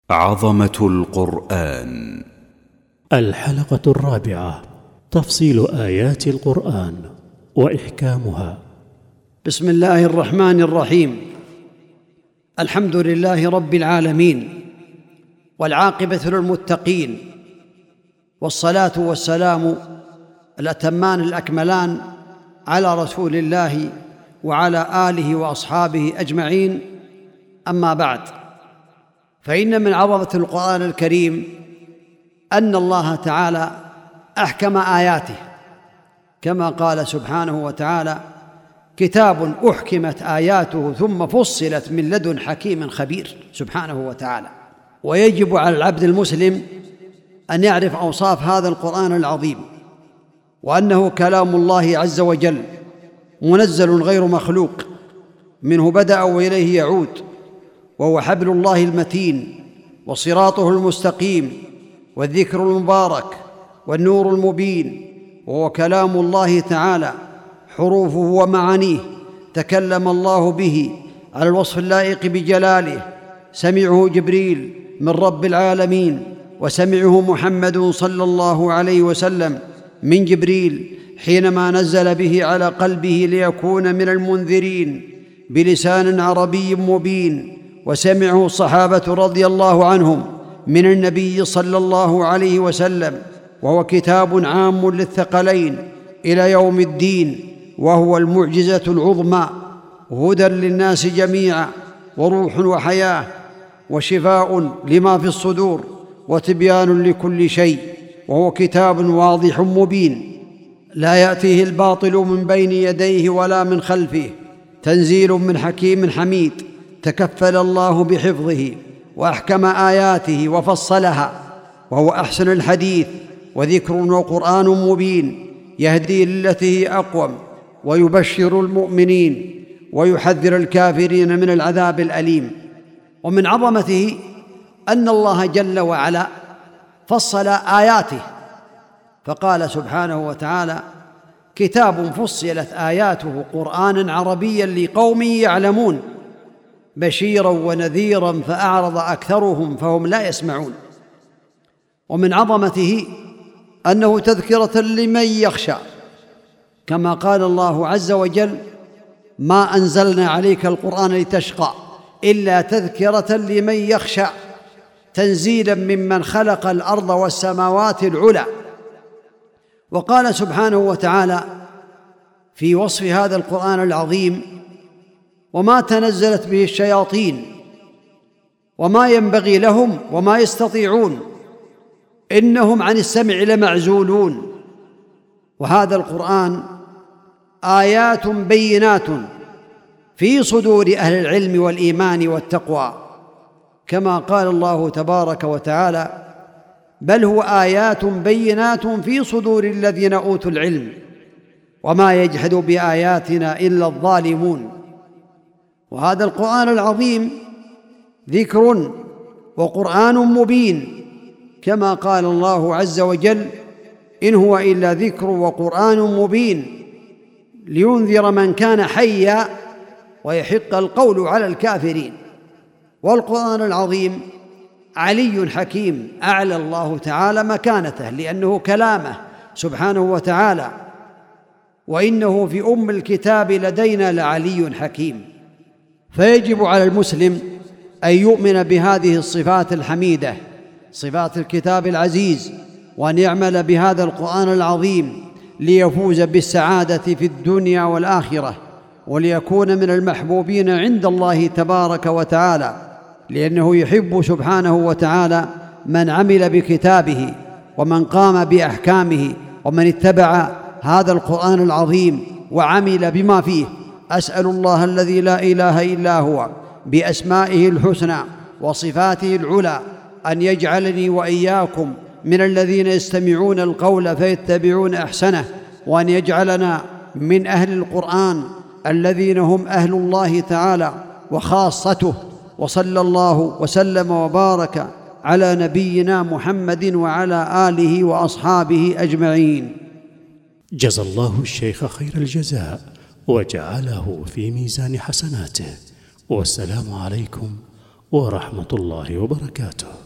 عظمة القرآن. الحلقة الرابعة: تفصيل آيات القرآن وإحكامها. بسم الله الرحمن الرحيم. الحمد لله رب العالمين، والعاقبة للمتقين، والصلاة والسلام الأتمان الأكملان على رسول الله وعلى آله وأصحابه أجمعين. أما بعد، فإن من عظمة القرآن الكريم أن الله تعالى أحكم آياته، كما قال سبحانه وتعالى: كتاب أحكمت آياته ثم فصلت من لدن حكيم خبير، سبحانه وتعالى. ويجب على العبد المسلم أن يعرف أوصاف هذا القرآن العظيم، وأنه كلام الله عز وجل منزل غير مخلوق، منه بدأ وإليه يعود، وهو حبل الله المتين وصراطه المستقيم والذكر المبارك والنور المبين، وهو كلام الله تعالى حروفه ومعانيه تكلم الله به على الوصف اللائق بجلاله. سمعه جبريل من رب العالمين، وسمعه محمد صلى الله عليه وسلم من جبريل حينما نزل به على قلبه ليكون من المنذرين بلسان عربي مبين. وسمعه الصحابة رضي الله عنهم من النبي صلى الله عليه وسلم، وهو كتاب عام للثقلين إلى يوم الدين، وهو المعجزة العظمى، هدى للناس جميعا، وروح وحياة، وشفاء لما في الصدور، وتبيان لكل شيء، وهو كتاب واضح مبين لا يأتيه الباطل من بين يديه ولا من خلفه، تنزيل من حكيم حميد تكفل الله بحفظه وأحكم آياته وفصلها، وهو أحسن الحديث وذكر وقرآن مبين يهدي للتي هي أقوم ويبشر المؤمنين ويحذر الكافرين من العذاب الأليم. ومن عظمته أن الله جل وعلا فصل آياته، فقال سبحانه وتعالى: كتاب فصلت آياته قرآنا عربيا لقوم يعلمون بشيرا ونذيرا فأعرض أكثرهم فهم لا يسمعون. ومن عظمته أنه تذكرة لمن يخشى، كما قال الله عز وجل: ما أنزلنا عليك القرآن لتشقى إلا تذكرة لمن يخشى، تنزيلا ممن خلق الأرض والسماوات العلى. وقال سبحانه وتعالى في وصف هذا القرآن العظيم: وما تنزلت به الشياطين وما ينبغي لهم وما يستطيعون إنهم عن السمع لمعزولون. وهذا القرآن آيات بينات في صدور أهل العلم والإيمان والتقوى، كما قال الله تبارك وتعالى: بل هو آيات بينات في صدور الذين أوتوا العلم وما يجحد بآياتنا إلا الظالمون. وهذا القرآن العظيم ذكر وقرآن مبين، كما قال الله عز وجل: إن هو إلا ذكر وقرآن مبين لينذر من كان حيا ويحق القول على الكافرين. والقرآن العظيم علي حكيم، أعلى الله تعالى مكانته لأنه كلامه سبحانه وتعالى. وإنه في أم الكتاب لدينا لعلي حكيم. فيجب على المسلم أن يؤمن بهذه الصفات الحميدة، صفات الكتاب العزيز، وأن يعمل بهذا القرآن العظيم ليفوز بالسعادة في الدنيا والآخرة، وليكون من المحبوبين عند الله تبارك وتعالى، لأنه يحب سبحانه وتعالى من عمل بكتابه ومن قام بأحكامه ومن اتبع هذا القرآن العظيم وعمل بما فيه. أسأل الله الذي لا إله إلا هو بأسمائه الحسنى وصفاته العلى أن يجعلني وإياكم من الذين يستمعون القول فيتبعون أحسنه، وأن يجعلنا من أهل القرآن الذين هم أهل الله تعالى وخاصته. وصلى الله وسلم وبارك على نبينا محمد وعلى آله وأصحابه أجمعين. جزى الله الشيخ خير الجزاء وجعله في ميزان حسناته. والسلام عليكم ورحمة الله وبركاته.